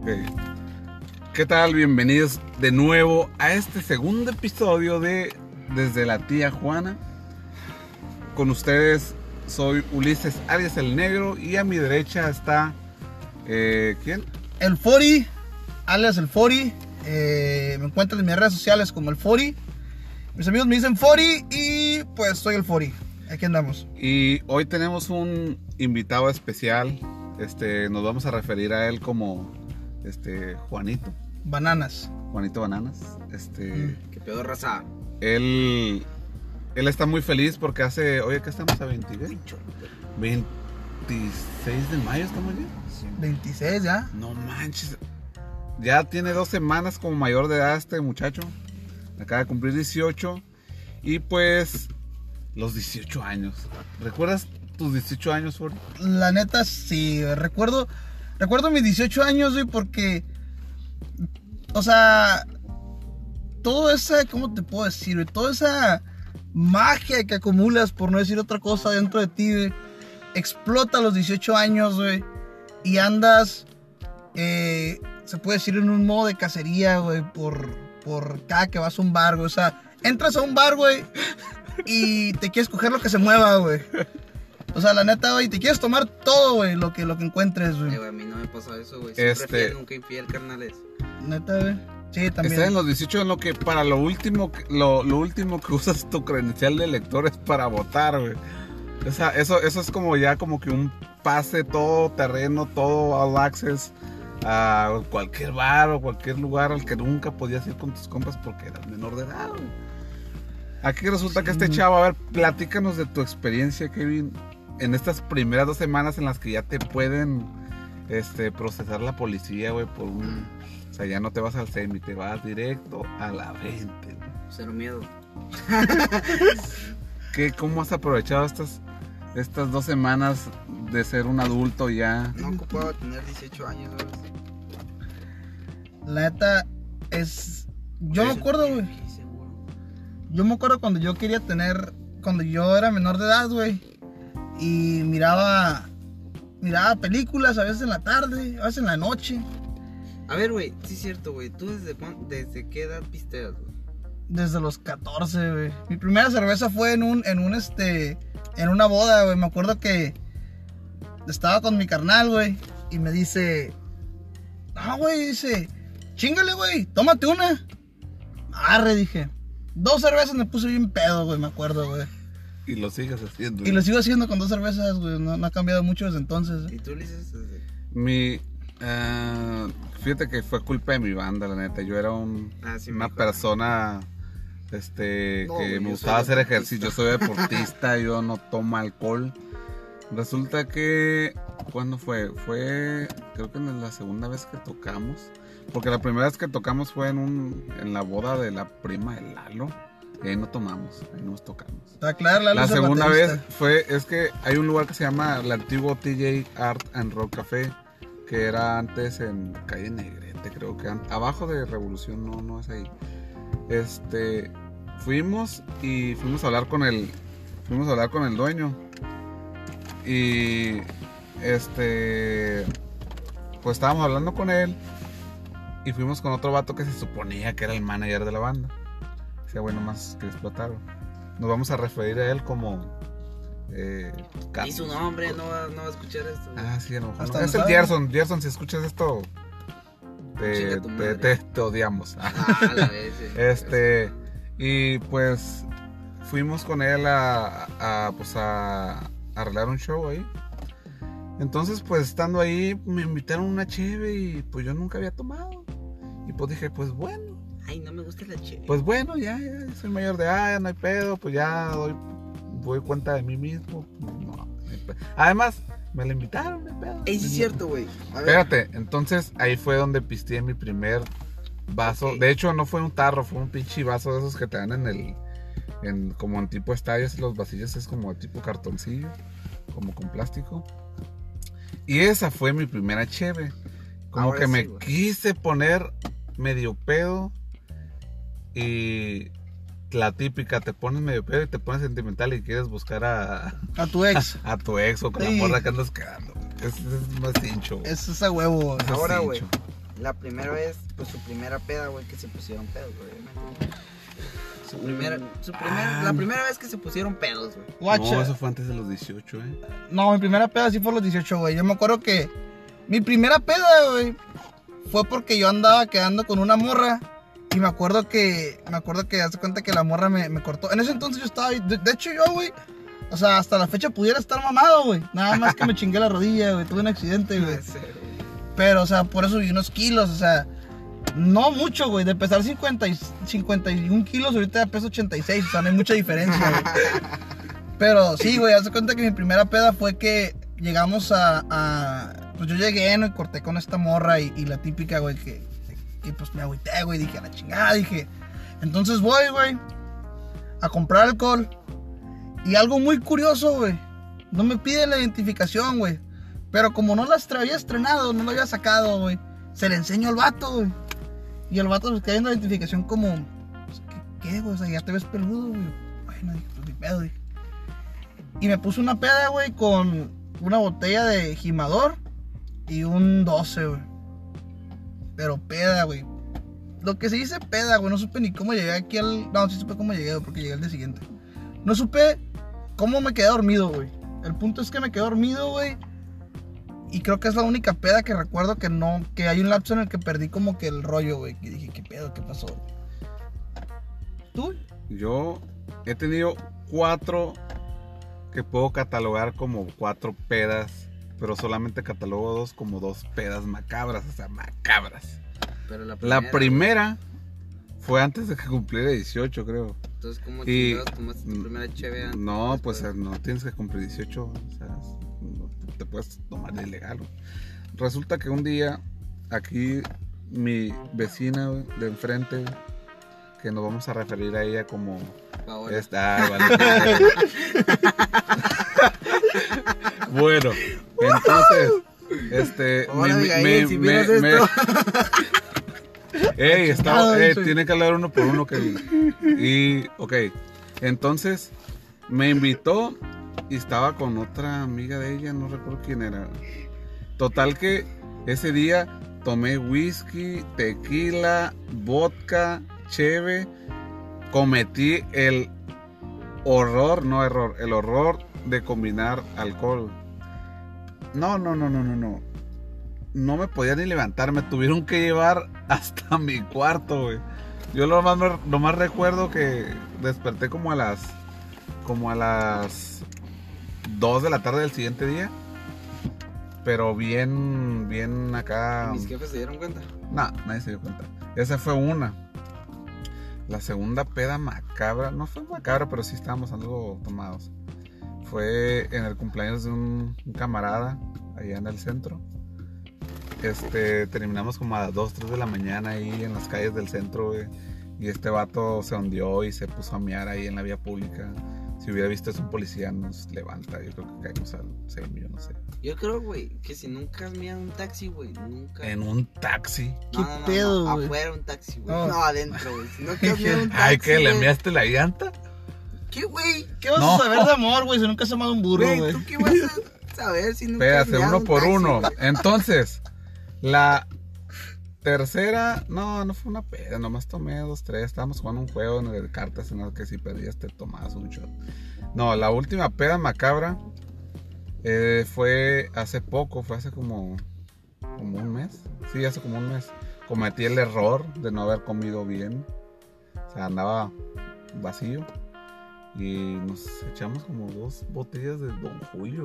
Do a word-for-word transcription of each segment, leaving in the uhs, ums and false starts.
Okay. ¿Qué tal? Bienvenidos de nuevo a este segundo episodio de Desde la Tía Juana. Con ustedes soy Ulises Arias el Negro y a mi derecha está... Eh, ¿Quién? El Fori, alias el Fori. Eh, me encuentran en mis redes sociales como el Fori. Mis amigos me dicen Fori y pues soy el Fori. Aquí andamos. Y hoy tenemos un invitado especial. Este, nos vamos a referir a él como este Juanito. Bananas. Juanito Bananas. Este. Mm, qué pedo, raza. Él. Él está muy feliz porque hace. Oye, ¿qué estamos a veinte? veintiséis de mayo estamos ya. veintiséis ya. No manches. Ya tiene dos semanas como mayor de edad este muchacho. Acaba de cumplir dieciocho. Y pues. Los dieciocho años. ¿Recuerdas tus dieciocho años, Ford? La neta, sí. Recuerdo. Recuerdo mis dieciocho años, güey, porque. O sea. Todo esa. ¿Cómo te puedo decir, güey? Toda esa magia que acumulas, por no decir otra cosa, dentro de ti, güey. Explota a los dieciocho años, güey. Y andas. Eh, se puede decir en un modo de cacería, güey. Por, por cada que vas a un bar, güey. O sea, entras a un bar, güey. Y te quieres coger lo que se mueva, güey. O sea, la neta, güey, te quieres tomar todo, güey, lo que, lo que encuentres, güey. Eh, güey, a mí no me pasa eso, güey. Siempre Este... fiel, nunca infiel, carnales. Neta, güey. Sí, también. Está en los dieciocho en lo que para lo último, lo, lo último que usas tu credencial de lector es para votar, güey. O sea, eso, eso es como ya como que un pase todo terreno, todo all access a cualquier bar o cualquier lugar al que nunca podías ir con tus compas porque eras menor de edad, güey. Aquí resulta que este chavo, a ver, platícanos de tu experiencia, Kevin, en estas primeras dos semanas en las que ya te pueden este, procesar la policía, güey, por un... O sea, ya no te vas al semi, te vas directo a la veinte, güey. Cero miedo. ¿Qué, ¿Cómo has aprovechado estas, estas dos semanas de ser un adulto ya? No ocupaba tener dieciocho años, ¿sabes? La neta es... Yo me acuerdo, güey. Yo me acuerdo cuando yo quería tener... Cuando yo era menor de edad, güey. Y miraba... Miraba películas a veces en la tarde, a veces en la noche. A ver, güey, sí es cierto, güey. ¿Tú desde, cuándo, desde qué edad pisteas, güey? Desde los catorce, güey. Mi primera cerveza fue en un... En un, este... En una boda, güey. Me acuerdo que... Estaba con mi carnal, güey. Y me dice... Ah, güey, dice... Chíngale, güey, tómate una. Arre, dije... Dos cervezas me puse bien pedo, güey, me acuerdo, güey. Y lo sigues haciendo. Y lo sigo haciendo con dos cervezas, güey. No, no ha cambiado mucho desde entonces. ¿Y tú le dices desde...? Mi... Uh, fíjate que fue culpa de mi banda, la neta. Yo era un, ah, sí, una persona... Este... No, que güey, me yo gustaba soy hacer ejercicio. Yo soy deportista, yo no tomo alcohol. Resulta que... ¿Cuándo fue? Fue... Creo que en la segunda vez que tocamos... Porque la primera vez que tocamos fue en un en la boda de la prima de Lalo. Y ahí no tomamos, ahí nos tocamos. Está claro, Lalo La es el segunda baterista. vez fue, es que hay un lugar que se llama el antiguo T J Art and Rock Café, que era antes en calle Negrete, creo que an- abajo de Revolución, no, no es ahí. Este, fuimos y fuimos a hablar con el, fuimos a hablar con el dueño. Y este, pues estábamos hablando con él. Y fuimos con otro vato que se suponía que era el manager de la banda. O sea, bueno, más que explotaron. Nos vamos a referir a él como... Eh, Y su nombre, no va, no va a escuchar esto, güey. Ah, sí, a lo mejor. Hasta No. Es lo el sabe. Gerson. Gerson, si escuchas esto, te, Chinga tu te, madre. te, te odiamos. Ah, la vez, sí. Este... Y pues... Fuimos con él a... a pues a... a arreglar un show ahí. Entonces, pues, estando ahí, me invitaron una cheve y pues yo nunca había tomado. Y pues dije, pues bueno, Ay, no me gusta la chévere. pues bueno, ya, ya soy mayor de edad, ya no hay pedo, pues ya doy, doy cuenta de mí mismo. No, no hay pedo. Además, me la invitaron, no hay pedo. Ey, sí es cierto, güey. A ver. Espérate, entonces ahí fue donde pisteé mi primer vaso. Ok. De hecho, no fue un tarro, fue un pinche vaso de esos que te dan en el, en, como en tipo estadios, los vasillos es como tipo cartoncillo, como con plástico. Y esa fue mi primera cheve. Como Ahora que sí, me güey. quise poner medio pedo. Y la típica, te pones medio pedo y te pones sentimental y quieres buscar a, A tu ex. a tu ex o con Sí. la morra que andas quedando. Es, es más hincho. Es esa huevo. Es Ahora, hincho. güey. la primera vez, pues su primera peda, güey, que se pusieron pedos, güey, obviamente. Su primera, su primera, Ah. la primera vez que se pusieron pedos, güey. Guacha. No, eso fue antes de los dieciocho, eh. No, mi primera peda sí fue a los dieciocho, güey. Yo me acuerdo que mi primera peda, güey, fue porque yo andaba quedando con una morra. Y me acuerdo que, me acuerdo que, hace cuenta que la morra me, me cortó. En ese entonces yo estaba, de, de hecho yo, güey, o sea, hasta la fecha pudiera estar mamado, güey. Nada más que me chingué la rodilla, güey, tuve un accidente, güey. Pero, o sea, por eso subí unos kilos, o sea, no mucho, güey. De pesar cincuenta y, cincuenta y un kilos, ahorita ya peso ochenta y seis, o sea, no hay mucha diferencia, güey. Pero sí, güey, haz de cuenta que mi primera peda fue que llegamos a, a pues yo llegué, ¿no? Y corté con esta morra y, y la típica, güey, que, que pues me agüité, güey, dije, a la chingada, dije. Entonces voy, güey, a comprar alcohol. Y algo muy curioso, güey, no me pide la identificación, güey. Pero como no la estre- había estrenado, no la había sacado, güey, se le enseño al vato, güey. Y el vato pues, que hay una identificación como, pues, ¿qué, qué, güey? O sea, ya te ves peludo, güey. Bueno, dije, pues ni pedo, dije. Y me puse una peda, güey, con una botella de Jimador y un doce, güey. Pero peda, güey. Lo que se dice peda, güey, no supe ni cómo llegué aquí al... No, sí supe cómo llegué, güey, porque llegué al día siguiente. No supe cómo me quedé dormido, güey. El punto es que me quedé dormido, güey. Y creo que es la única peda que recuerdo que no... Que hay un lapso en el que perdí como que el rollo, güey. Y dije, ¿qué pedo? ¿Qué pasó? ¿Tú? Yo he tenido cuatro que puedo catalogar como cuatro pedas, pero solamente catalogo dos como dos pedas macabras, o sea, macabras. Pero la La primera, primera fue antes de que cumpliera dieciocho, creo. Entonces, ¿cómo Y- chingados tomaste tu primera cheve? antes- No, después? pues no tienes que cumplir dieciocho, o sea, no te puedes tomar de ilegal. Güey. Resulta que un día aquí mi vecina, güey, de enfrente, güey, que nos vamos a referir a ella como Paola. esta. Vale. Bueno, entonces, este, Hola, me- Abigail, me- si me- miras me- esto. Ey, está, Chingado, eh, soy- tiene que hablar uno por uno, Kevin. Y, ok, entonces me invitó y estaba con otra amiga de ella, no recuerdo quién era. Total que ese día tomé whisky, tequila, vodka, cheve. Cometí el horror, no error, el horror de combinar alcohol. No, no, no, no, no, no. No me podía ni levantar, me tuvieron que llevar hasta mi cuarto, güey. Yo lo más, lo más recuerdo que desperté como a las como a las dos de la tarde del siguiente día. Pero bien, bien acá. Mis jefes se dieron cuenta. No, nadie se dio cuenta. Esa fue una. La segunda peda macabra, no fue macabra, pero sí estábamos algo tomados. Fue en el cumpleaños de un, un camarada allá en el centro. Este, terminamos como a las dos, tres de la mañana ahí en las calles del centro, güey. Y este vato se hundió y se puso a mear ahí en la vía pública. Si hubiera visto eso un policía nos levanta, yo creo que caemos al serio, no sé. Yo creo, güey, que si nunca has mirado un taxi, güey, nunca. En un taxi. ¿Qué No, no, no, pedo, no, güey? afuera un taxi, güey. No. No, adentro, güey. Si nunca has mirado un taxi. Ay, ¿qué? ¿Le güey. enviaste la llanta? ¿Qué, güey? ¿Qué vas No. a saber de amor, güey, si nunca has amado un burro, Güey, güey? ¿tú qué vas a saber si nunca has Espérate, mirado uno un por taxi, uno. güey? Entonces, la tercera, no, no fue una peda, nomás tomé dos, tres. Estábamos jugando un juego de cartas en el que si perdías te tomabas un shot. No, la última peda macabra eh, fue hace poco, fue hace como, como un mes. Sí, hace como un mes. Cometí el error de no haber comido bien. O sea, andaba vacío. Y nos echamos como dos botellas de Don Julio.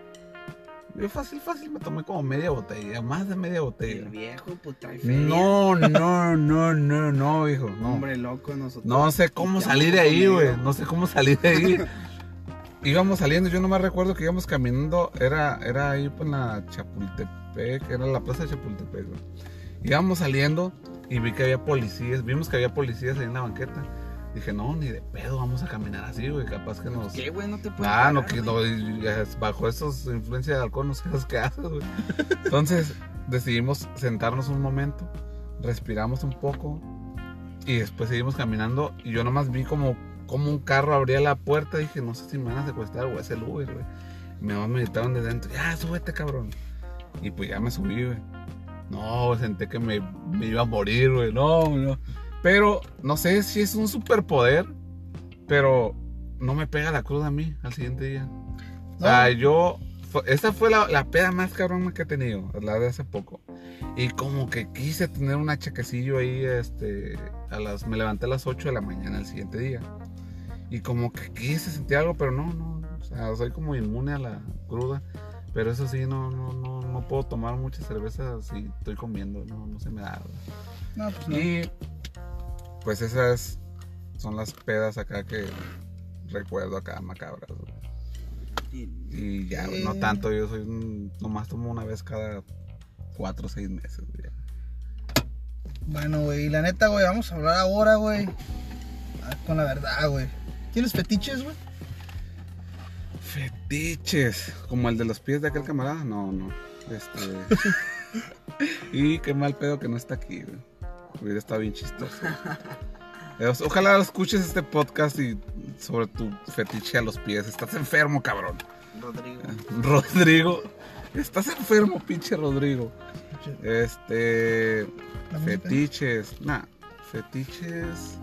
Yo fácil, fácil me tomé como media botella, más de media El botella. viejo, pues trae feria. No, no, no, no, no, hijo, no. Hombre loco, nosotros. No sé cómo Ya salir de hemos ahí, güey. comido. No sé cómo salir de ahí. Íbamos saliendo, yo nomás recuerdo que íbamos caminando, era, era ahí por la Chapultepec, era la plaza de Chapultepec, güey. Íbamos saliendo y vi que había policías, vimos que había policías ahí en la banqueta. Dije, no, ni de pedo, vamos a caminar así, güey, capaz que nos... ¿Qué, güey? No te puedes. Ah, no, parar, que güey. no, y ya bajo esos influencias de alcohol no sabes qué haces, güey. Entonces decidimos sentarnos un momento, respiramos un poco y después seguimos caminando y yo nomás vi como, como un carro abría la puerta y dije, no sé si me van a secuestrar o es el Uber, güey. Y mi mamá me gritaron de dentro, ya, súbete, cabrón. Y pues ya me subí, güey. No, sentí que me, me iba a morir, güey. No, no. Pero no sé si es un superpoder, pero no me pega la cruda a mí al siguiente día. O sea, yo... Esa fue la, la peda más cabrón que he tenido, la de hace poco. Y como que quise tener un achaquecillo ahí, este... A las, me levanté a las ocho de la mañana el siguiente día. Y como que quise sentir algo, pero no, no. O sea, soy como inmune a la cruda. Pero eso sí, no, no, no, no puedo tomar mucha cerveza si estoy comiendo. No, no se me da. No, pues no. Y pues esas son las pedas acá que recuerdo acá macabras, güey. Y ya, güey, no tanto, yo soy un, nomás tomo una vez cada cuatro o seis meses, güey. Bueno, güey, y la neta, güey, vamos a hablar ahora, güey, con la verdad, güey. ¿Tienes fetiches, güey? Fetiches, como el de los pies de aquel camarada, no, no, este... Y qué mal pedo que no está aquí, güey. Hubiera estado bien chistoso. Ojalá escuches este podcast y sobre tu fetiche a los pies. Estás enfermo, cabrón. Rodrigo. Rodrigo. Estás enfermo, pinche Rodrigo. Este... Fetiches. Nah, fetiches...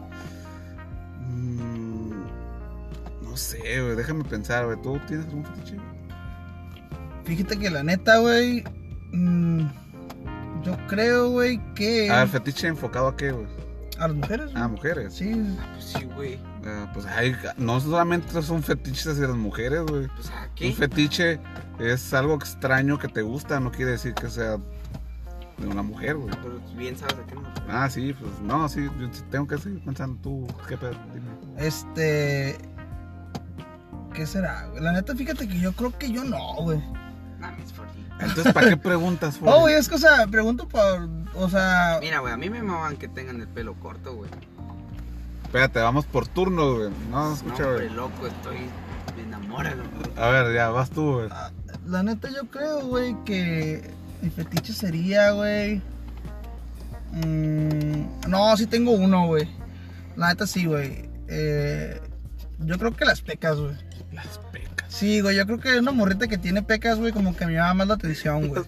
Mmm, no sé, güey. Déjame pensar, güey. ¿Tú tienes algún fetiche? Fíjate que la neta, güey... Mmm, yo creo, güey, que... A ver, fetiche enfocado a qué, güey. ¿A las mujeres, güey? Ah, mujeres. Sí. Sí, güey. Uh, pues hay, no solamente son fetiches hacia las mujeres, güey. Pues, ¿a qué? Un fetiche es algo extraño que te gusta, no quiere decir que sea de una mujer, güey. Pero bien sabes a qué no. Ah, sí, pues no, sí, yo tengo que seguir pensando. Tú, ¿qué pedo? Dime. Este... ¿Qué será, güey? La neta, fíjate que yo creo que yo no, güey. Mames, for you. Entonces, ¿para qué preguntas, güey? Oh, güey, es que, o sea, pregunto por... O sea... Mira, güey, a mí me maman que tengan el pelo corto, güey. Espérate, vamos por turnos, güey. No, escucha, No, güey. hombre, loco, estoy... Me enamoro, güey. A ver, ya, vas tú, güey. La neta, yo creo, güey, que mi fetiche sería, güey... Mmm, no, sí tengo uno, güey. La neta, sí, güey. Eh, yo creo que las pecas, güey. Las pecas. Sí, güey, yo creo que una morrita que tiene pecas, güey, como que me llama más la atención, güey.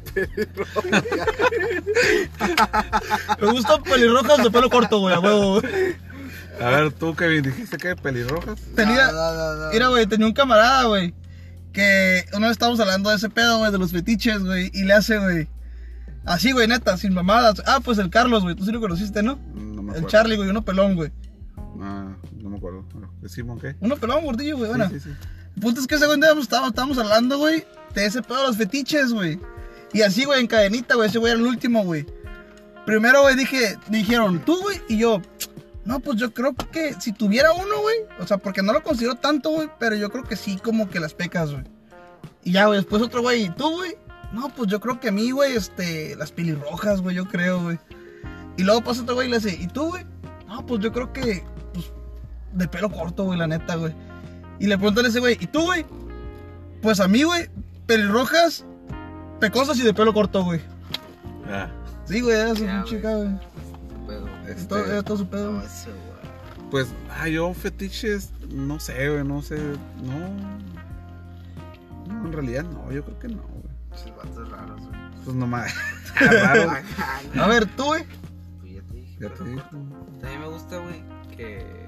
Me gustan pelirrojas de pelo corto, güey, a huevo, güey. A ver, tú, Kevin, dijiste que pelirrojas. Tenía... No, no, no, no. Mira, güey, tenía un camarada, güey, que una vez estábamos hablando de ese pedo, güey, de los fetiches, güey, y le hace, güey, así, güey, neta, sin mamadas. Ah, pues el Carlos, güey, tú sí lo conociste, ¿no? No me El acuerdo. Charlie, güey, uno pelón, güey. Ah, no me acuerdo. ¿Decimos qué? Uno pelón, gordillo, güey, bueno. Sí, sí, sí. El punto es que ese güey estábamos, estábamos hablando, güey, de ese pedo de los fetiches, güey. Y así, güey, en cadenita, güey, ese güey era el último, güey. Primero, güey, dije, dijeron, tú, güey, y yo, no, pues yo creo que si tuviera uno, güey, o sea, porque no lo considero tanto, güey, pero yo creo que sí, como que las pecas, güey. Y ya, güey, después otro, güey, ¿y tú, güey? No, pues yo creo que a mí, güey, este, las pelirrojas, güey, yo creo, güey. Y luego pasa otro güey y le dice, ¿y tú, güey? No, pues yo creo que, pues, de pelo corto, güey, la neta, güey. Y le preguntan a ese güey, ¿y tú, güey? Pues a mí, güey, pelirrojas, pecosas y de pelo corto, güey. Ah, Sí, güey, era su Ya, chica, güey. Tu pedo. este, Todo- Era todo su pedo, No, güey. eso, güey. pues, ah, yo fetiches, no sé, güey, no sé, no. No, en realidad no, yo creo que no, güey. Esos vatos raros, güey. Pues nomás, raro. Ajá, A ver, tú, güey. pues ya te dije. Ya pero te dijo. También me gusta, güey, que...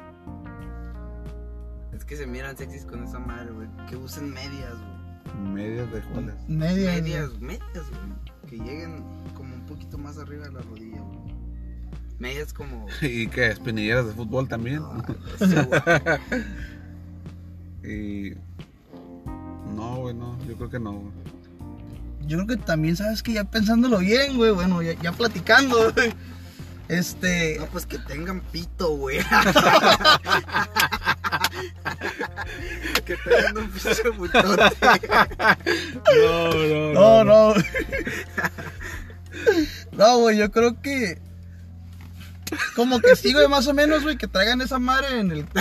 Es que se miran sexys con esa madre, güey. Que usen medias, güey. Medias de cuáles. Medias. Medias, medias, güey. Que lleguen como un poquito más arriba de la rodilla, güey. Medias como... ¿Y qué? ¿Espinilleras de fútbol también? No, eso, güey. Y. No, güey, no, yo creo que no, güey. Yo creo que también, ¿sabes que ya pensándolo bien, güey, bueno, ya, ya platicando, güey. Este... No, pues que tengan pito, güey. Que tengan un pinche butote. No, no, No, no. No, güey, yo creo que... Como que sí, güey, más o menos, güey, que traigan esa madre en el...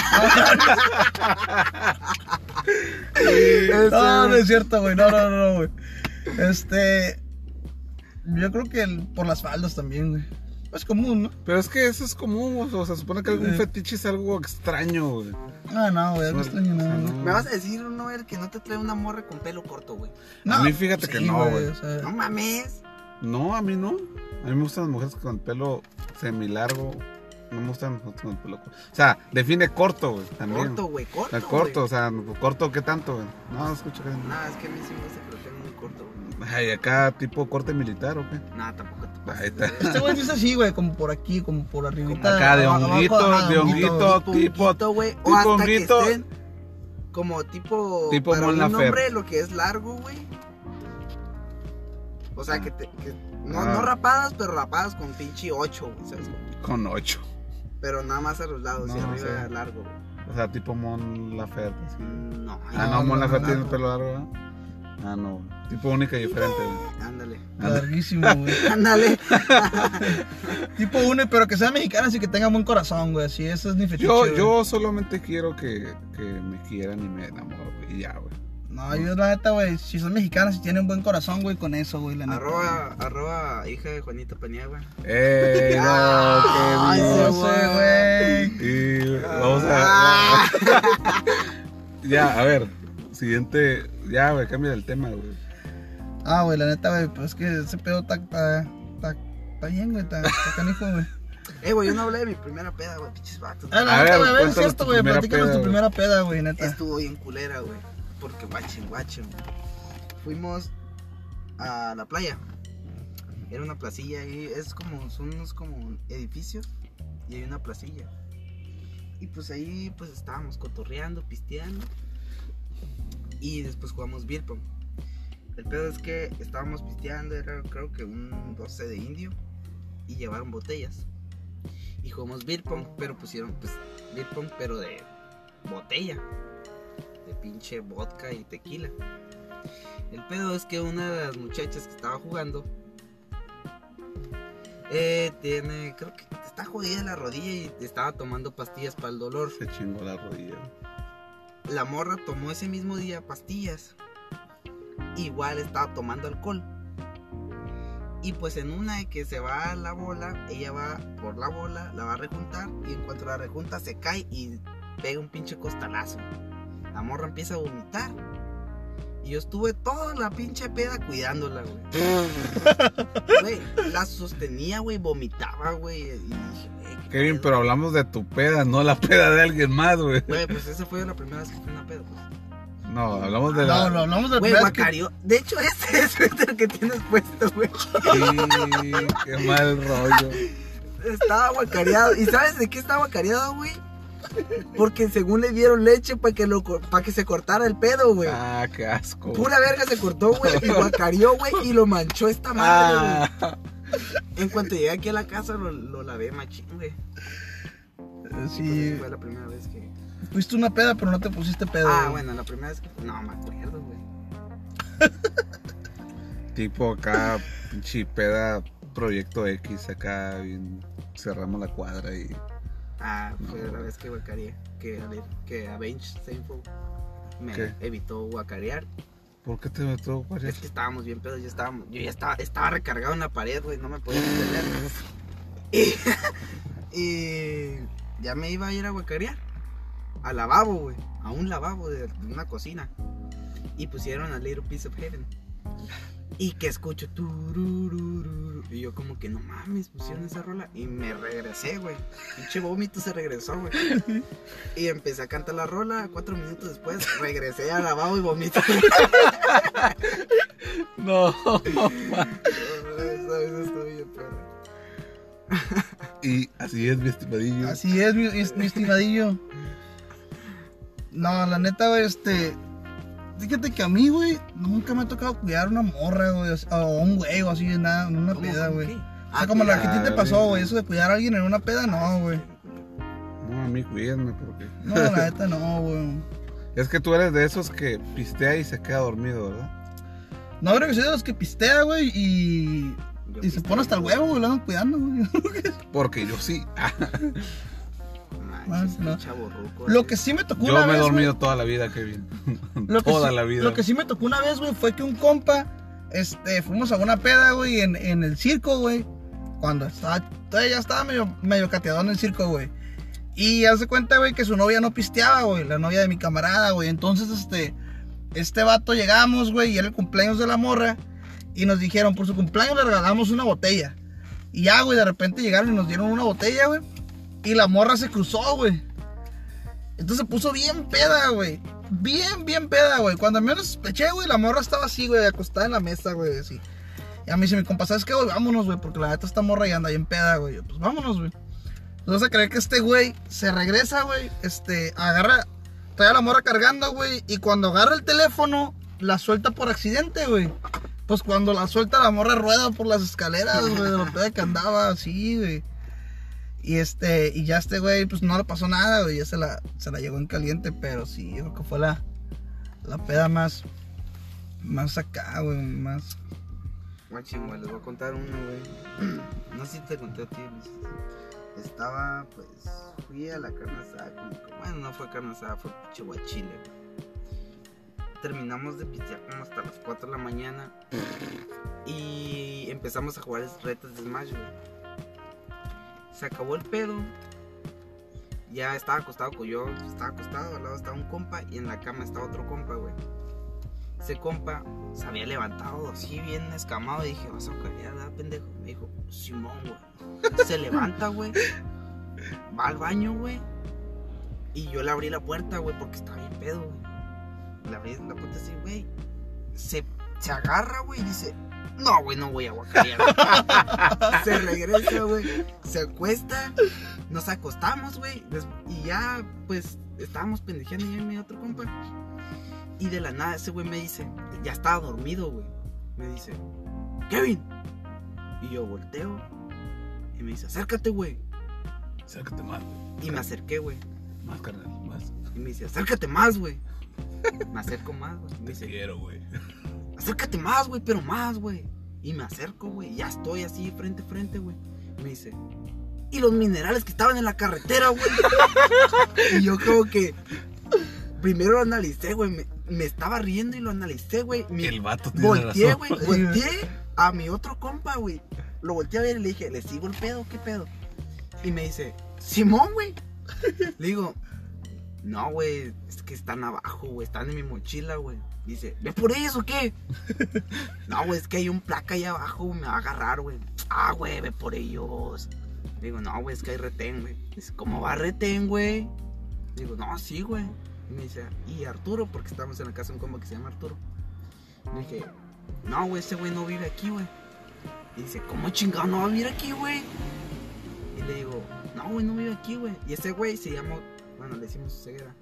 No, no es cierto, güey, no, no, no, güey. Este... Yo creo que el- por las faldas también, güey. Es común, ¿no? Pero es que eso es común, o sea, se supone que algún Eh. fetiche es algo extraño, güey. Ah, no, güey, no extraño nada. O sea, güey. Me vas a decir, no, el que no te trae una morra con pelo corto, güey. A mí fíjate que no, güey. o sea, No mames. No, a mí no. A mí me gustan las mujeres con el pelo semilargo. No me gustan las mujeres con el pelo corto. O sea, define corto, güey, también. Corto, güey, corto, El corto, güey. o sea, corto, ¿qué tanto, güey? No, no escucho que... Nah, es que a mí sí me gusta que lo tengan muy corto, güey. Ay, acá tipo corte militar, ¿o qué? Nah, tampoco te pases. Ahí está. de Este verga. güey dice así, güey, como por aquí, como por arribita. Acá de abajo, honguito, abajo, de abajo, honguito. Tipo tipo- honguito, güey. tipo O hasta honguito. que estén como tipo... Tipo para Mon un Laferte. hombre lo que es largo, güey. O sea, que te... Que, no, Ah. no rapadas, pero rapadas con pinche ocho, güey, ¿sabes? Con ocho. Pero nada más a los lados y No, arriba sí. largo, güey. O sea, tipo Mon Laferte, así. No, Ah, no, no, Mon no, Laferte no, tiene no. el pelo largo, ¿verdad? Ah, no. Tipo única y diferente, güey. ándale. Larguísimo, güey. Ándale. Tipo uno, pero que sea mexicana, así que tenga buen corazón, güey. Así, eso es mi fetiche. Yo, güey. yo solamente quiero que, que me quieran y me enamoren, güey. Y ya, güey. No, yo la neta, güey, si son mexicanas y tienen buen corazón, güey, con eso, güey, la neta. Arroba, arroba, hija de Juanito Paniagua. ¡Ey, no! Ay, ¡Qué sí, bien! No sé, güey. Y vamos a... Ah. Ya, a ver. Siguiente... Ya, güey, cambia el tema, güey. Ah, güey, la neta, güey, pues es que ese pedo está, está, está, está bien, güey, está, está canijo, güey. Eh, güey, yo no hablé de mi primera peda, güey, pinches vatos. Ah, la A neta, ver, güey, a ver, es cuéntanos cierto, tu güey, primera platícanos peda, tu güey. primera peda, güey, neta. Estuvo bien culera, güey. Porque guachen, guachen. Fuimos a la playa. Era una placilla ahí, es como, son unos como edificios y hay una placilla. Y pues ahí pues estábamos cotorreando, pisteando. Y después jugamos beer pong. El pedo es que estábamos pisteando, era creo que un doce de indio. Y llevaron botellas. Y jugamos beer pong, pero pusieron pues beer pong pero de botella. De pinche vodka y tequila. El pedo es que una de las muchachas que estaba jugando eh, tiene, creo que está jodida la rodilla y estaba tomando pastillas para el dolor. Se chingó la rodilla. La morra tomó ese mismo día pastillas. Igual estaba tomando alcohol. Y pues en una de que se va a la bola, ella va por la bola, la va a rejuntar. Y en cuanto la rejunta se cae y pega un pinche costalazo. La morra empieza a vomitar. Y yo estuve toda la pinche peda cuidándola, güey. Güey, la sostenía, güey, vomitaba, güey. Y dije, güey, qué Kevin, pedo. pero hablamos de tu peda, no la peda de alguien más, güey. Güey, pues esa fue la primera vez que fui a una peda, pues. No, hablamos de No, la... no, hablamos de la Güey, primera vez que- guacareó. De hecho, ese es el suéter que tienes puesto, güey. Sí, qué mal rollo. Estaba guacareado. ¿Y sabes de qué estaba guacareado, güey? Porque según le dieron leche para que, lo, pa que se cortara el pedo, güey. Ah, qué asco. Pura verga se cortó, güey. Y guacareó, güey. Y lo manchó esta madre, güey. Ah, En cuanto llegué aquí a la casa, lo, lo lavé machín, güey. Eh, Pues Sí, esa fue la primera vez que... fuiste una peda, pero no te pusiste pedo. Ah, güey. bueno, la primera vez que... No, me acuerdo, güey. tipo acá, pinche peda, proyecto X, acá, bien, cerramos la cuadra y... Ah, fue No, la güey. vez que guacareé. Que, que Avenged Sevenfold me ¿Qué? evitó guacarear. ¿Por qué te meto, Es que estábamos bien pedos, ya estábamos, yo ya estaba, estaba recargado en la pared, güey, no me podía detener. Y, y ya me iba a ir a guacarear. Al lavabo, güey. A un lavabo de, de una cocina. Y pusieron a Little Piece of Heaven. Y que escucho tururururu. Y yo como que no mames, pusieron esa rola. Y me regresé, güey. Pinche vómito se regresó, güey. Y empecé a cantar la rola. Cuatro minutos después regresé al lavabo y vomité. No. Esa vez estuve bien perro. Y así es, mi estimadillo. Así es, mi, es- mi estimadillo. No, la neta, güey, este. Fíjate que a mí, güey, nunca me ha tocado cuidar una morra, güey, o sea, o un güey, o así, nada, en una ¿Cómo, peda, cómo güey. qué? O Ah, sea, como la que a ti te cuidar, pasó, güey. güey, eso de cuidar a alguien en una peda, no, güey. No, a mí cuídenme porque... No, la neta, no, güey. Es que tú eres de esos que pistea y se queda dormido, ¿verdad? No, creo que soy de los que pistea, güey, y. Yo Y se pisteo, pone hasta el huevo, güey, lo andan cuidando, güey. Porque yo sí. Manches, No, no. qué chavorruco, Lo eh. que sí me tocó Yo una me he vez, dormido güey, toda la vida, Kevin. lo que Toda sí- la vida. Lo que sí me tocó una vez, güey, fue que un compa, este, fuimos a una peda, güey, en, en el circo, güey. Cuando estaba, todavía ya estaba medio, medio cateado en el circo, güey. Y hace cuenta, güey, que su novia no pisteaba, güey, la novia de mi camarada, güey. Entonces, este, este vato llegamos, güey, y era el cumpleaños de la morra. Y nos dijeron, por su cumpleaños le regalamos una botella. Y ya, güey, de repente llegaron y nos dieron una botella, güey. Y la morra se cruzó, güey. Entonces se puso bien peda, güey. Bien, bien peda, güey. Cuando a mí me sospeché, güey, la morra estaba así, güey, acostada en la mesa, güey, así. Y a mí se me compa, ¿sabes qué, güey? Vámonos, güey, porque la neta esta morra ya anda bien peda, güey. Yo, pues vámonos, güey. Entonces a creer que este güey se regresa, güey. Este, agarra, trae a la morra cargando, güey. Y cuando agarra el teléfono, la suelta por accidente, güey. Pues cuando la suelta, la morra rueda por las escaleras, güey, de lo peda que andaba, así, güey. Y este, y ya este güey, pues no le pasó nada, güey. Ya se la, se la llevó en caliente, pero sí, yo creo que fue la, la peda más, más acá, güey, más. Guachín, güey, les voy a contar una, güey. No sé si te conté a ti, Luis. Estaba, pues, fui a la carne asada, como que, bueno, no fue carne asada, fue chihuachile, güey. Terminamos de pistear como hasta las cuatro de la mañana y empezamos a jugar retas de Smash, güey. Se acabó el pedo. Ya estaba acostado con yo, estaba acostado, al lado estaba un compa y en la cama estaba otro compa, güey. Ese compa se había levantado así bien escamado y dije, vas a caer, ¿verdad, pendejo? Me dijo, Simón, güey. Se levanta, güey. Va al baño, güey. Y yo le abrí la puerta, güey, porque estaba bien pedo, güey. Le abrí la puerta así, güey. Se, se agarra, güey, y dice, no, güey, no voy a guacarear. Se regresa, güey. Se acuesta. Nos acostamos, güey. Y ya, pues, estábamos pendejeando yo y mi otro compa. Y de la nada ese güey me dice, ya estaba dormido, güey. Me dice, Kevin. Y yo volteo. Y me dice, acércate, güey. Acércate más, güey. Y me acerqué, güey. Más, carnal, más. Y me dice, acércate más, güey. Me acerco más, güey. Me Te dice, quiero, güey. acércate más, güey, pero más, güey. Y me acerco, güey. Ya estoy así, frente a frente, güey. Me dice, ¿y los minerales que estaban en la carretera, güey? Y yo como que primero lo analicé, güey. Me, me estaba riendo y lo analicé, güey. Mi- El vato tiene Volteé, razón. güey. Volteé a mi otro compa, güey. Lo volteé a ver y le dije, ¿le sigo el pedo? ¿Qué pedo? Y me dice, Simón, güey. Le digo, no, güey, es que están abajo, güey. Están en mi mochila, güey. Dice, ¿ves por ellos o qué? No, güey, es que hay un placa ahí abajo, me va a agarrar, güey. Ah, güey, ve por ellos. Le digo, no, güey, es que hay retén, güey. Dice, ¿cómo va retén, güey? Le digo, no, sí, güey. Y me dice, ¿y Arturo? Porque estábamos en la casa de un compa que se llama Arturo. Le dije, no, güey, ese güey no vive aquí, güey. Y dice, ¿cómo chingado no va a vivir aquí, güey? Y le digo, no, güey, no vive aquí, güey. Y ese güey se llama, bueno, le decimos Ceguera.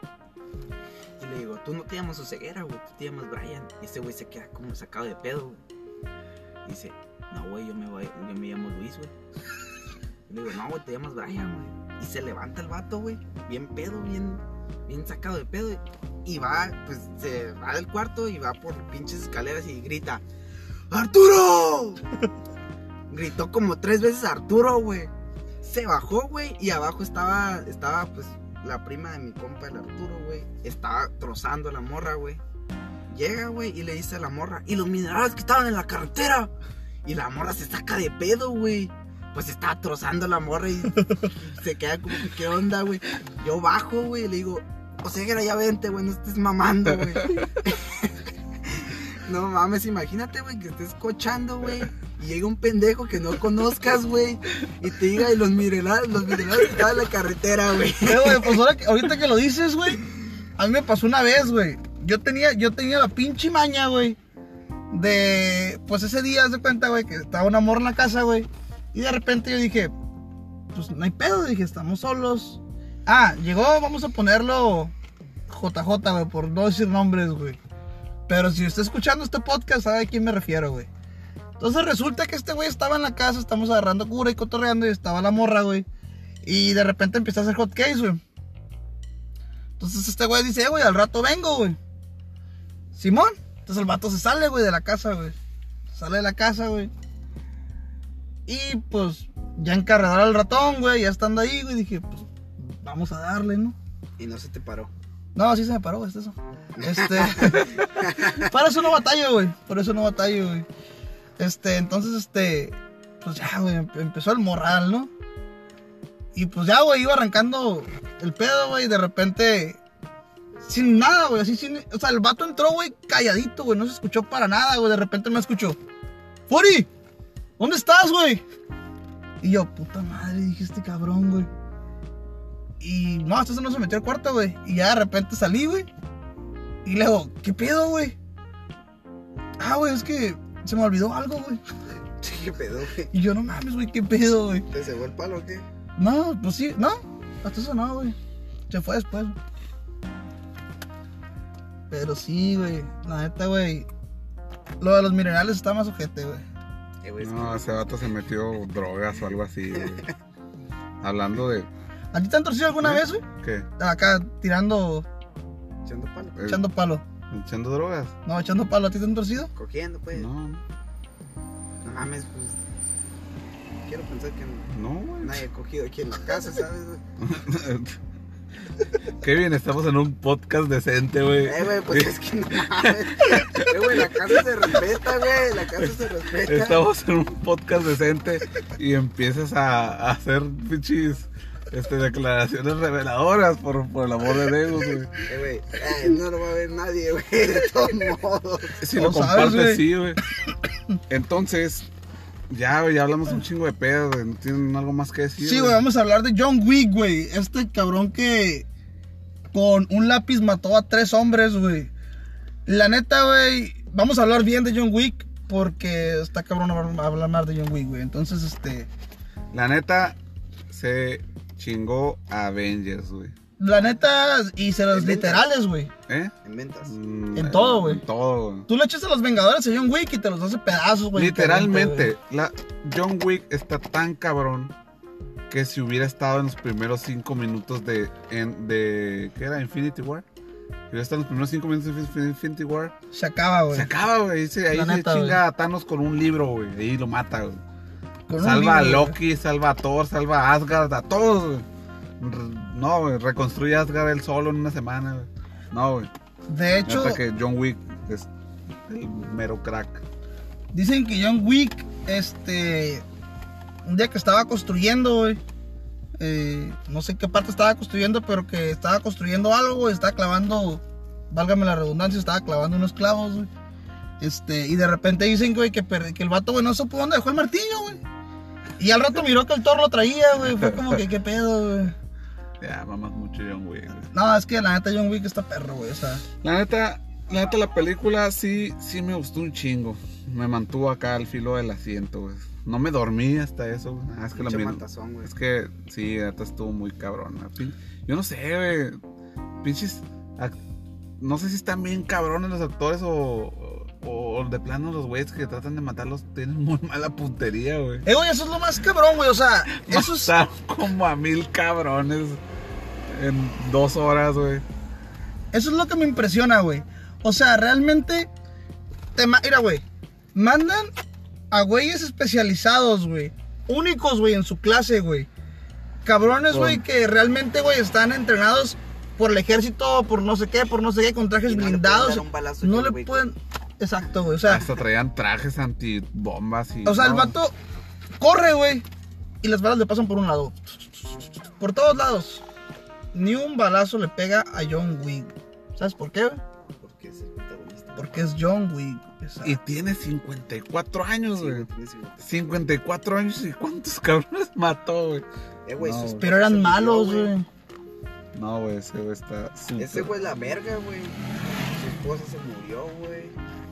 Y le digo, tú no te llamas Ceguera, güey, tú te llamas Brian. Y ese güey se queda como sacado de pedo, güey. Y dice, no, güey, yo me, voy, yo me llamo Luis, güey. Y le digo, no, güey, te llamas Brian, güey. Y se levanta el vato, güey, bien pedo, bien, bien sacado de pedo. Y va, pues, se va del cuarto y va por pinches escaleras y grita, ¡Arturo! Gritó como tres veces Arturo, güey. Se bajó, güey, y abajo estaba, estaba, pues, la prima de mi compa, el Arturo, güey. Estaba trozando a la morra, güey. Llega, güey, y le dice a la morra, ¿y los minerales que estaban en la carretera? Y la morra se saca de pedo, güey. Pues estaba trozando a la morra y se queda como que, ¿qué onda, güey? Yo bajo, güey, y le digo, o sea, ya vente, güey, no estés mamando, güey. No mames, imagínate, güey, que estés cochando, güey, y llega un pendejo que no conozcas, güey, y te diga, y los minerales, los minerales que estaban en la carretera, güey. Eh, güey, pues ahora que, ahorita que lo dices, güey, a mí me pasó una vez, güey. Yo tenía, yo tenía la pinche maña, güey, de, pues ese día, haz de cuenta, güey, que estaba una morra en la casa, güey, y de repente yo dije, pues no hay pedo, dije, estamos solos. Ah, llegó, vamos a ponerlo J J, güey, por no decir nombres, güey. Pero si está escuchando este podcast, sabe a quién me refiero, güey. Entonces resulta que este güey estaba en la casa, estamos agarrando cura y cotorreando, y estaba la morra, güey. Y de repente empieza a hacer hot cakes, güey. Entonces este güey dice, eh, güey, al rato vengo, güey. Simón. Entonces el vato se sale, güey, de la casa, güey. Sale de la casa, güey. Y pues ya encarredar al ratón, güey, ya estando ahí, güey, dije, pues vamos a darle, ¿no? Y no se te paró. No, sí se me paró, güey, es eso. Este. Para eso no batallo, güey. Por eso no batallo, güey. Este, entonces, este. Pues ya, güey, empezó el morral, ¿no? Y pues ya, güey, iba arrancando el pedo, güey. Y de repente sin nada, güey, así sin... O sea, el vato entró, güey, calladito, güey, no se escuchó para nada, güey. De repente me escuchó, Fori, ¿dónde estás, güey? Y yo, puta madre, dije, este cabrón, güey. Y no, hasta eso no se metió al cuarto, güey. Y ya de repente salí, güey. Y le digo, ¿qué pedo, güey? Ah, güey, es que se me olvidó algo, güey. Sí, qué pedo, güey. Y yo, no mames, güey, ¿qué pedo, güey? ¿Te cegó el palo o qué? No, pues sí, no, hasta eso no, güey. Se fue después. Pero sí, güey, la neta, güey. Lo de los minerales está más ojete, güey. Eh, güey, es No, que- ese vato se metió drogas o algo así, güey. Hablando de... ¿A ti te han torcido alguna ¿Eh? vez, güey? ¿Qué? Acá tirando, Echando palo. Eh, echando palo. ¿Echando drogas? No, echando palo, ¿a ti te han torcido? Cogiendo, pues. No, No, mames, pues. Quiero pensar que no, güey. nadie ha cogido aquí en la casa, ¿sabes, güey? Qué bien, estamos en un podcast decente, güey. Eh, güey, pues es que no mames. Eh, güey, la casa se respeta, güey. La casa se respeta. Estamos en un podcast decente y empiezas a, a hacer pinches este, declaraciones reveladoras, por, por el amor de Dios, güey. Eh, güey, eh, no lo va a ver nadie, güey. De todos modos. Si No lo sabes, compartes, güey. sí, güey. Entonces, ya, güey, ya hablamos un chingo de pedo, güey. ¿No tienen algo más que decir? Sí, güey, vamos a hablar de John Wick, güey. Este cabrón que con un lápiz mató a tres hombres, güey. La neta, güey, vamos a hablar bien de John Wick porque está cabrón hablar más de John Wick, güey. Entonces, este... La neta, se chingó a Avengers, güey. La neta, y se los En ventas. literales, güey. ¿Eh? En ventas. Mm, En todo, güey. En todo, güey. Tú le echas a los Vengadores a John Wick y te los hace pedazos, güey. Literalmente, la John Wick está tan cabrón que si hubiera estado en los primeros cinco minutos de, en, de ¿qué era? Infinity War. Si hubiera estado en los primeros cinco minutos de Infin- Infinity War, Se acaba, güey. se acaba, güey. Ahí se, ahí La se neta, chinga güey. a Thanos con un libro, güey. Ahí lo mata, güey. Con un Salva a libro, güey. Loki, salva a Thor, salva a Asgard, a todos, güey. R- No, güey, reconstruye Asgard él solo en una semana, güey. No, güey. De hecho, Neta que John Wick es el mero crack. dicen que John Wick, este... Un día que estaba construyendo, güey. eh, no sé qué parte estaba construyendo, pero que estaba construyendo algo, güey. Estaba clavando, válgame la redundancia, estaba clavando unos clavos, güey. Este, y de repente dicen, güey, que, per- que el vato, güey, no supo dónde dejó el martillo, güey. Y al rato miró que el Thor lo traía, güey. Fue como que, ¿qué pedo, güey? Ya, mamas mucho John Wick, güey. No, es que la neta John Wick está perro, güey. O sea, La neta, la neta, la película sí, sí me gustó un chingo. Me mantuvo acá al filo del asiento, güey. No me dormí hasta eso, güey. Ah, es que la Pinche miré. matazón, güey. Es que sí, la neta estuvo muy cabrona. Pin- Yo no sé, güey. Pinches. ac- No sé si están bien cabrones los actores o, o, o de plano los güeyes que tratan de matarlos tienen muy mala puntería, güey. eh, güey, eso es lo más cabrón, güey. O sea, eso es... Mataron como a mil cabrones en dos horas, güey. Eso es lo que me impresiona, güey. O sea, realmente. Te ma- Mira, güey. Mandan a güeyes especializados, güey. Únicos, güey, en su clase, güey. Cabrones, Con- güey, que realmente, güey, están entrenados por el ejército, por no sé qué, por no sé qué, con trajes Y no le pueden blindados. dar un balazo a no John le Wick, pueden. Exacto, güey. O sea, Hasta traían trajes antibombas y. o sea, el no. vato corre, güey. Y las balas le pasan por un lado. Por todos lados. Ni un balazo le pega a John Wick. ¿Sabes por qué, güey? Porque es el protagonista. Porque es John Wick. Exacto. Y tiene cincuenta y cuatro años, Sí, güey. güey, tiene cincuenta. cincuenta y cuatro años y cuántos cabrones mató, güey. Eh, güey, No, su güey. esposa Pero se eran murió, malos, güey. No, güey, ese güey está súper. Ese güey es la verga, güey. Su esposa se murió, güey.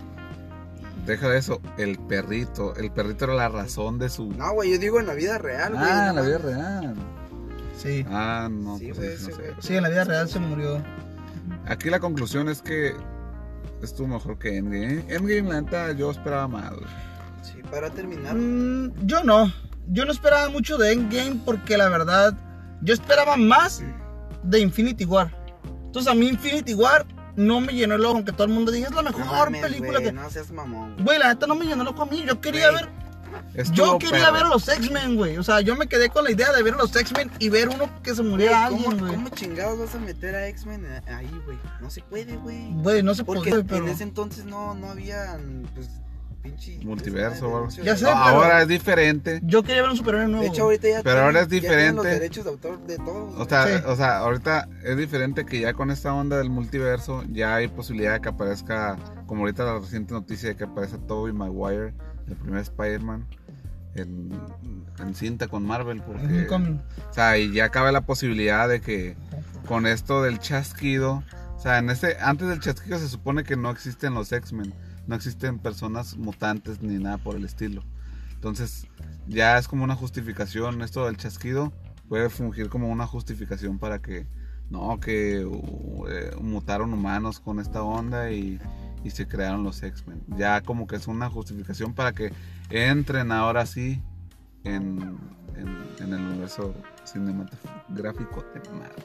Deja de eso, el perrito. El perrito era la razón de su. No, güey, yo digo en la vida real, güey. ah, no en la vida mames. real. Sí. Ah, no, Sí, pues güey, sí, no ese sé. güey. Sí, en la vida real se murió. Aquí la conclusión es que estuvo mejor que Endgame. Endgame, la neta, yo esperaba más, güey. Sí, para terminar. Mm, yo no. Yo no esperaba mucho de Endgame porque la verdad, yo esperaba más de Infinity War. Entonces a mí Infinity War no me llenó el ojo, aunque todo el mundo diga es la No mejor mames, película güey, que... No seas mamón. güey. Güey, la neta no me llenó el ojo a mí. Yo quería Güey. ver... Estuvo Yo quería perro. ver a los X-Men, güey. O sea, yo me quedé con la idea de ver a los X-Men y ver uno que se muriera Güey, ¿cómo, alguien, güey. ¿Cómo chingados vas a meter a X-Men ahí, güey? No se puede, güey. Güey, no se Porque puede, en pero... ese entonces no, no habían, pues, pinche multiverso o algo así. Ya sé, No, pero- ahora es diferente. Yo quería ver un superhéroe nuevo. De hecho, güey. ahorita ya Pero ahora es ya tienen los diferente. derechos de autor de todos. O güey. sea, Sí. o sea, ahorita es diferente que ya con esta onda del multiverso ya hay posibilidad de que aparezca, como ahorita la reciente noticia de que aparece Tobey Maguire, el primer Spider-Man, en, en cinta con Marvel, porque, Es un cómic. o sea, y ya cabe la posibilidad de que con esto del chasquido, o sea, en este, antes del chasquido se supone que no existen los X-Men, no existen personas mutantes ni nada por el estilo. Entonces, ya es como una justificación, esto del chasquido puede fungir como una justificación para que, no, que uh, eh, mutaron humanos con esta onda y, y se crearon los X-Men. Ya como que es una justificación para que entren ahora sí en, en, en el universo cinematográfico de Marvel.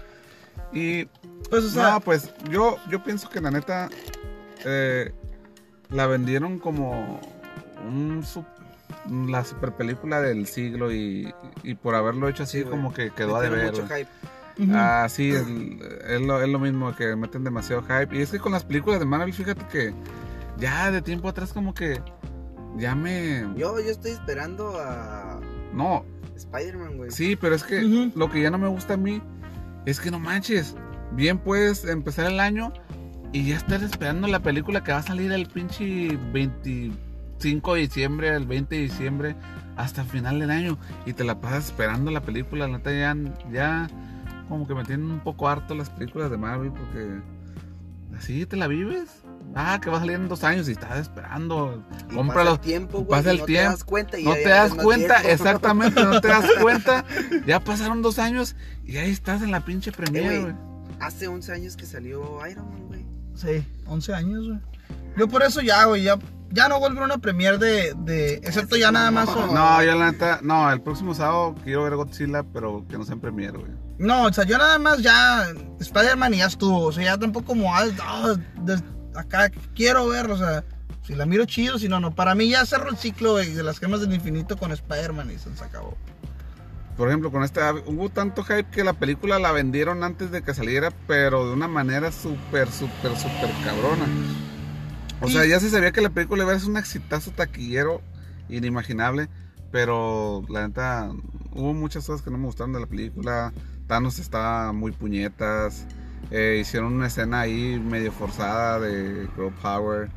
Y Pues, o sea, no, pues yo, yo pienso que la neta eh, la vendieron como un sup- la super película del siglo y, y por haberlo hecho así Sí, güey. como que quedó a Metieron deber. mucho güey. hype. ujú. Ah, sí, el- es, lo, es lo mismo que meten demasiado hype. Y es que con las películas de Marvel, fíjate que ya de tiempo atrás como que ya me... Yo, yo estoy esperando a No, Spider-Man, güey. sí, pero es que Ujú. lo que ya no me gusta a mí es que no manches. Bien puedes empezar el año y ya estar esperando la película que va a salir el pinche veinticinco de diciembre, el veinte de diciembre, hasta el final del año. Y te la pasas esperando la película. La neta ya, ya como que me tienen un poco harto las películas de Marvel porque así te la vives. Ah, que va a salir en dos años y estás esperando. Y Cómpralo. Pasa el tiempo, güey. pasa y el no tiempo, te das cuenta. Y No ya- te ya das eres más cuenta, viejo. exactamente, no te das cuenta. Ya pasaron dos años y ahí estás en la pinche premiere, Eh, güey. güey. Hace once años que salió Iron Man, güey. Sí, once años, güey. Yo por eso ya, güey, ya, ya no vuelvo a una premiere de, de excepto ya nada más. No. No, yo la neta, no, el próximo sábado quiero ver Godzilla, pero que no sea en premiere, güey. No, o sea, yo nada más ya Spider-Man y ya estuvo, o sea, ya tampoco como ah, ah, de- acá quiero verlo, o sea, si la miro chido, si no, no. Para mí ya cerró el ciclo, güey, de las gemas del infinito con Spider-Man y se nos acabó. Por ejemplo, con esta, hubo tanto hype que la película la vendieron antes de que saliera, pero de una manera súper, súper, súper cabrona. O sea, Y- ya se sabía que la película iba a ser un exitazo taquillero inimaginable, pero la neta, hubo muchas cosas que no me gustaron de la película. Thanos estaba muy puñetas, eh, hicieron una escena ahí medio forzada de Girl Power.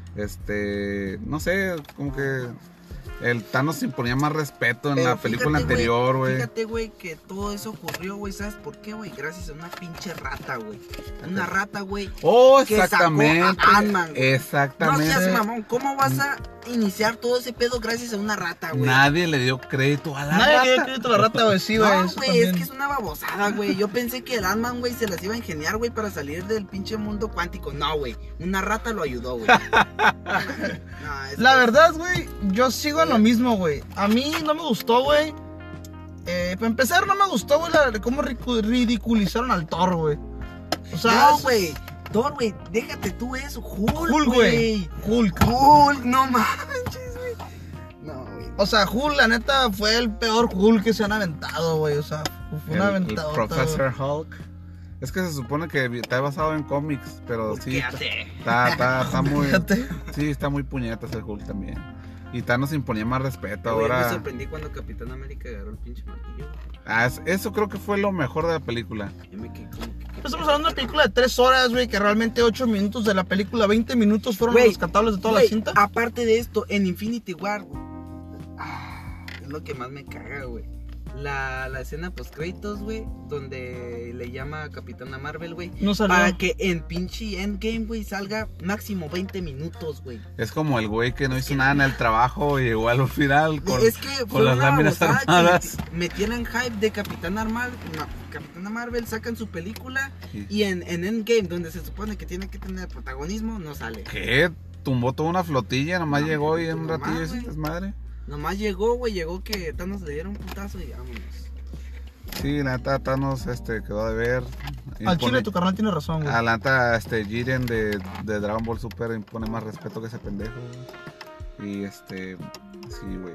Este, no sé, como que el Thanos se imponía más respeto en Pero la película fíjate, anterior, güey. Fíjate, güey, que todo eso ocurrió, güey. ¿Sabes por qué, güey? Gracias a una pinche rata, güey. Una rata, güey. Oh, que sacó a exactamente. Ant-Man, güey. No Exactamente. seas mamón. ¿Cómo vas a iniciar todo ese pedo gracias a una rata, güey? Nadie le dio crédito a la Nadie quiere rata. crédito a la rata, güey, sí, güey. No, eso güey, también. es que es una babosada, güey. Yo pensé que el Ant-Man, güey, se las iba a ingeniar, güey, para salir del pinche mundo cuántico. No, güey. Una rata lo ayudó, güey. No, es La que- verdad, güey, yo sigo en lo mismo, güey. A mí no me gustó, güey. Eh, para empezar, no me gustó, güey, la- cómo ricu- ridiculizaron al Thor, güey. O sea, No, es- güey. Thor, güey, déjate tú eso. Hulk, Hulk, güey. Hulk. Hulk, no manches, güey. No, güey. O sea, Hulk, la neta, fue el peor Hulk que se han aventado, güey. O sea, fue El, una el aventada. Professor Hulk. Es que se supone que está basado en cómics, pero sí. Hulkeate. Está, está, está muy. Fíjate. Sí, está muy puñetas el Hulk también. Y Thanos imponía más respeto Güey, me ahora. sorprendí cuando Capitán América agarró el pinche martillo. Ah, es- eso creo que fue lo mejor de la película. Yo me quedé como que- Pues estamos hablando de una película de tres horas, güey, que realmente ocho minutos de la película, veinte minutos fueron Güey, los rescatables de toda Güey, la cinta. aparte de esto, en Infinity War, güey, ah, es lo que más me caga, güey. La, la escena post créditos, güey, donde le llama a Capitana Marvel, güey, No salió. para que en pinche Endgame, güey, salga máximo veinte minutos, güey. Es como el güey que no hizo nada en el trabajo y llegó al final con, Es que con fue las una láminas babosada armadas. que metieran hype de Capitana Marvel, Capitana Marvel, sacan su película Sí. y en, en Endgame, donde se supone que tiene que tener protagonismo, no sale. ¿Qué? Tumbó toda una flotilla, nomás No, llegó y en tu un mamá, ratillo y güey. se desmadre. Nomás llegó, güey, llegó que Thanos le diera un putazo y vámonos. Sí, la neta Thanos este, quedó de ver. Al Impone- chile tu carnal tiene razón, güey. A la neta, este, Jiren de, de Dragon Ball Super impone más respeto que ese pendejo. güey. Y este, sí, güey.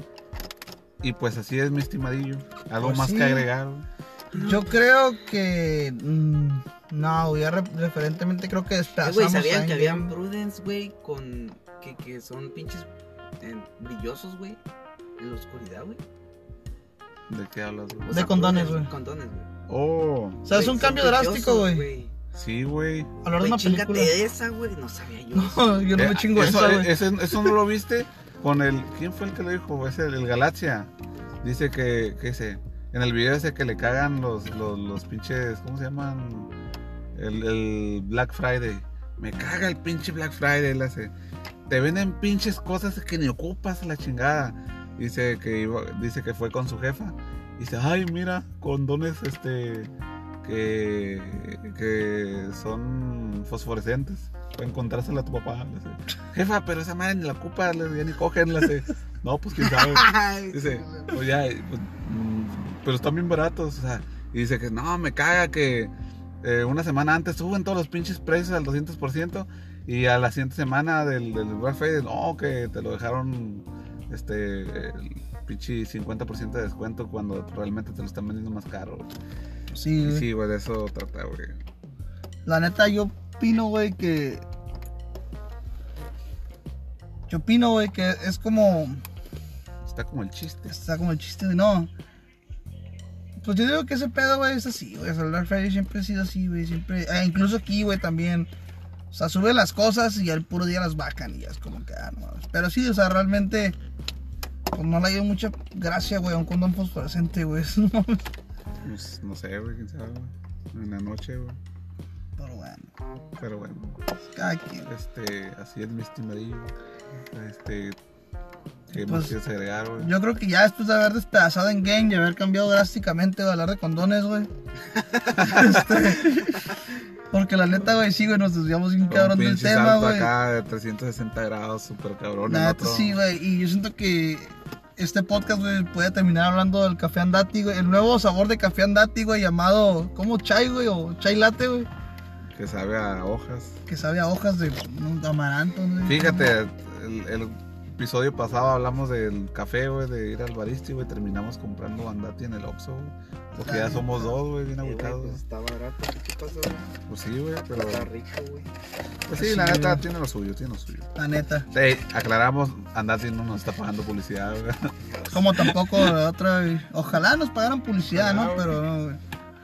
Y pues así es, mi estimadillo. Algo Pues más sí. que agregar. güey. Yo creo que. mm, no, güey, ya re- referentemente creo que Eh, despedazamos güey, a ¿sabían que Endgame. habían Prudence, güey, con que, que son pinches eh, brillosos, güey. En la oscuridad, güey. ¿De qué hablas, güey? De condones, güey. Condones, güey. Oh, O sea, es un cambio drástico, güey. sí, güey. Hablar de una película. Chíngate de esa, güey. No sabía yo. No, yo no me chingo Eh, eso, esa, güey. eso, eso no lo viste con el... ¿Quién fue el que lo dijo? Es el, el Galaxia. Dice que, que dice, en el video ese que le cagan los, los, los pinches, ¿cómo se llaman? El, el Black Friday. Me caga el pinche Black Friday, le hace. Te venden pinches cosas que ni ocupas la chingada. Dice que iba, dice que fue con su jefa. Dice, ay, mira, condones este que, que son fosforescentes. Para encontrársela a tu papá. Le dice, jefa, pero esa madre ni la ocupa, le, ya ni cogen. Le dice, no, pues quién sabe. Dice, pues ya, pues, mm, pero están bien baratos. O sea, y dice que no, me caga que eh, una semana antes suben todos los pinches precios al doscientos por ciento. Y a la siguiente semana del, del Black Friday, no, que te lo dejaron este el pinche cincuenta por ciento de descuento cuando realmente te lo están vendiendo más caro. Sí, güey. Sí, güey, de eso trata, güey. La neta, yo opino, güey, que... Yo opino, güey, que es como... Está como el chiste. Está como el chiste de no. Pues yo digo que ese pedo, güey, es así, güey. O sea, el Black Friday siempre ha sido así, güey. Siempre... Eh, incluso aquí, güey, también... O sea, sube las cosas y al puro día las vacan y ya es como que, ah, no mames. Pero sí, o sea, realmente, pues no le ha ido mucha gracia, güey, a un condón fosforescente, güey. No mames. Pues, no sé, güey, quién sabe, güey. En la noche, güey. Pero bueno, Pero bueno, cada quien. este, así es mi estimadillo. Este, ¿qué Pues, más quieres agregar, güey? Yo creo que ya después de haber despedazado en game y haber cambiado drásticamente de hablar de condones, güey. este, porque la neta, güey, sí, güey, nos desviamos bien Un cabrón del pinche tema, salto güey. acá de trescientos sesenta grados, súper cabrón. La el neta otro. sí, güey, y yo siento que este podcast, güey, puede terminar hablando del café andati, güey. El nuevo sabor de café andati, güey, llamado, ¿cómo? Chai, güey, o chai latte, güey. Que sabe a hojas. Que sabe a hojas de mm, amaranto, ¿no? Fíjate, el, el episodio pasado hablamos del café, güey, de ir al barista, güey. Terminamos comprando andati en el Oxxo, güey. Porque ya somos dos, güey, bien Eh, güey, agüitados. pues está barato. ¿Qué pasó, güey? Pues sí, güey, pero... Está rico, güey. Pues sí, Sí, la neta güey. tiene lo suyo, tiene lo suyo. La neta. Sí, aclaramos, Andati no nos está pagando publicidad, güey. Como tampoco la otra, güey. Ojalá nos pagaran publicidad, ¿no? Ojalá, güey. Pero no, güey.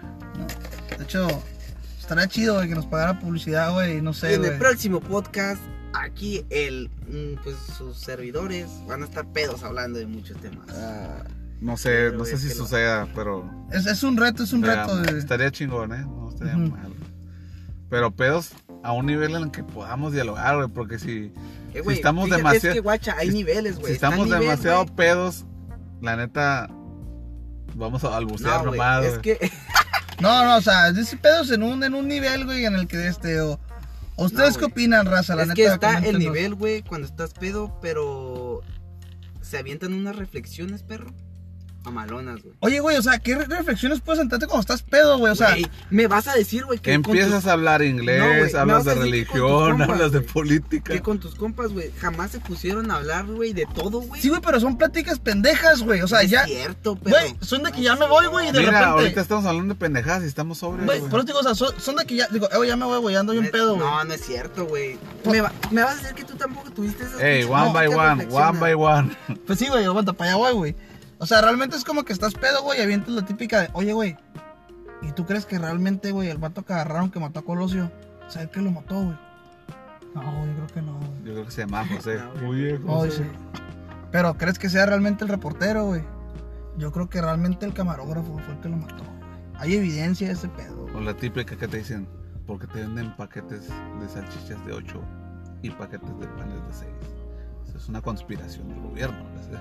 No. De hecho, estaría chido, güey, que nos pagaran publicidad, güey. No sé, En el güey. próximo podcast, aquí el, mm, pues sus servidores van a estar pedos hablando de muchos temas. Ah, no sé, Pero no sé es si que lo- suceda, pero... Es, es un reto, es un estaría- reto de... Estaría chingón, ¿eh? No estaría Ujú. mal. Pero pedos a un nivel en el que podamos dialogar, güey, porque si... Eh, güey, estamos fíjate, demasiado- Es que, guacha, hay si- niveles, güey. Si está estamos nivel, demasiado güey. pedos, la neta, vamos a balbucear No, güey, nomás, es güey. que... No, no, o sea, es pedos en un, en un nivel, güey, en el que este... O, ¿o ¿Ustedes No, qué güey. opinan, raza? La es neta, que está el coméntenos. nivel, güey, cuando estás pedo, pero... Se avientan unas reflexiones, perro. Mamalonas, güey. Oye, güey, o sea, ¿qué re- reflexiones puedes sentarte cuando estás pedo, güey? O sea, Güey, me vas a decir, güey, que con Empiezas tus- a hablar No, inglés, güey, me hablas vas a de decir que con tus religión, compas, hablas de güey. política. que con tus compas, güey, jamás se pusieron a hablar, güey, de todo, güey. sí, güey, pero son pláticas pendejas, güey. O sea, es ya... cierto, pero... Güey, son de que ya me voy, güey, y de Mira, repente... ahorita estamos hablando de pendejadas y estamos sobrios, Güey, güey. por eso te digo, o sea, son, son de que ya... Digo, eh, ya me voy, güey, ando bien pedo, güey. No, no es cierto, güey. Me, va- me vas a decir que tú tampoco tuviste esas... Ey, pinches one by pláticas one, one reflexionas. by one. Pues sí, güey, aguanta, para allá voy, güey. O sea, realmente es como que estás pedo, güey, y avientas la típica de, oye, güey, ¿y tú crees que realmente, güey, el vato que agarraron que mató a Colosio, ¿sabe qué lo mató, güey? No, yo creo que no, güey. Yo creo que se llama José. No, güey. Oye, No, José. dice. Pero ¿crees que sea realmente el reportero, güey? Yo creo que realmente el camarógrafo fue el que lo mató, güey. Hay evidencia de ese pedo. O la típica que te dicen, porque te venden paquetes de salchichas de ocho y paquetes de panes de seis. Eso es una conspiración del gobierno. ¿ves?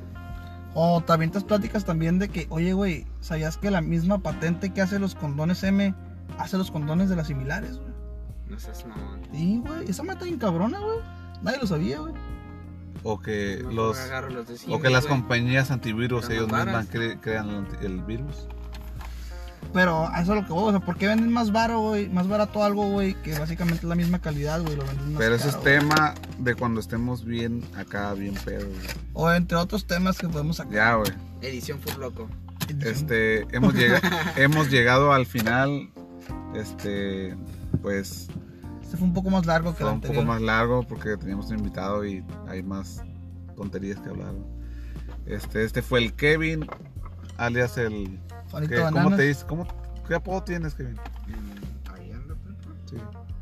O te avientas pláticas también de que, oye, güey, ¿sabías que la misma patente que hace los condones M hace los condones de las similares, güey? No seas mamón. Sí, güey, esa mata bien cabrona, güey. Nadie lo sabía, güey. O que Mejor los agarro los de o cine, que las güey. compañías antivirus Están ellos más mismas varas. cre- crean el, anti- el virus. Pero a eso es lo que voy, o sea, ¿por qué venden más baro, güey? Más barato algo, güey, que básicamente es la misma calidad, güey, lo venden más Pero eso es caro, güey. tema de cuando estemos bien acá, bien pedos. güey. O entre otros temas que podemos sacar. Ya, güey. Edición Full Loco. Este, hemos, llega- hemos llegado al final. Este, pues, Este fue un poco más largo que Fue el un anterior. poco más largo porque teníamos un invitado y hay más tonterías que hablar. Este, este fue el Kevin, alias el... Juanito ¿qué? ¿Cómo Bananas. te dices? ¿Cómo, ¿Qué apodo tienes, Kevin? Mm, Ahí anda, prepa. Sí.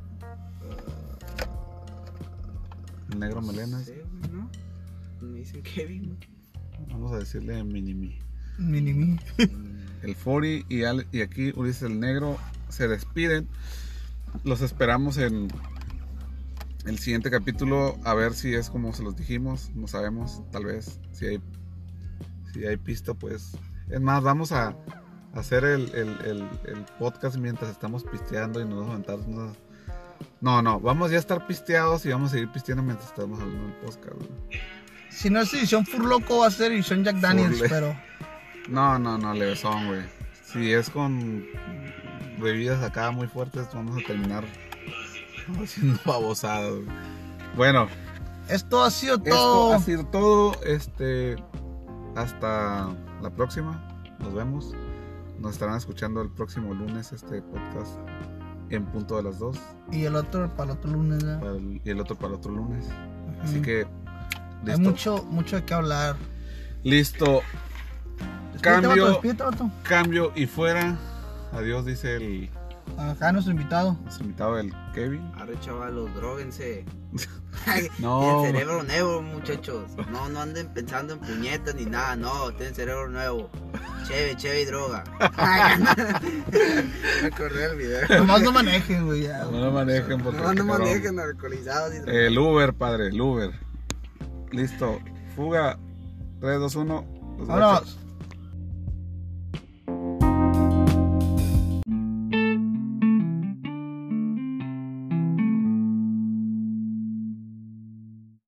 El negro melenas. Sí, güey, ¿no? Me dicen Kevin, güey. Vamos a decirle Minimi. Mini mí. El Fori y, Al- y aquí Ulises el Negro se despiden. Los esperamos en el siguiente capítulo. A ver si es como se los dijimos. No sabemos, tal vez. Si hay, si hay pista, pues. Es más, vamos a hacer el, el, el, el podcast mientras estamos pisteando y nos vamos a aventar unas... No, no, vamos ya a estar pisteados y vamos a seguir pisteando mientras estamos hablando del podcast. ¿No? Si no es edición Furloco, va a ser edición Jack Daniels, Furle. pero... No, no, no, levesón, güey. Si es con bebidas acá muy fuertes, vamos a terminar haciendo babosadas, güey. Bueno, Esto ha sido esto todo. ha sido todo. Este, hasta la próxima. Nos vemos. Nos estarán escuchando el próximo lunes este podcast en punto de las dos. Y el otro para el otro lunes, ¿ya? para el- y el otro para el otro lunes. Así Ujú. que, Hay listo. mucho, mucho de qué hablar. Listo. Despídete, Cambio. vato, despídete, vato. Cambio y fuera. Adiós, dice el Acá nuestro invitado. nuestro invitado, el Kevin. Arre, chavalos, dróguense. No. Tienen cerebro nuevo, muchachos. No, no anden pensando en puñetas ni nada, no. Tienen cerebro nuevo. Cheve, cheve y droga. Me acordé del video. Nomás no manejen, güey, ya. No lo manejen porque... No, no cabrón. manejen alcoholizados y drogados. El Uber, padre, el Uber. Listo. Fuga. tres, dos, uno. Los Vámonos. guachos.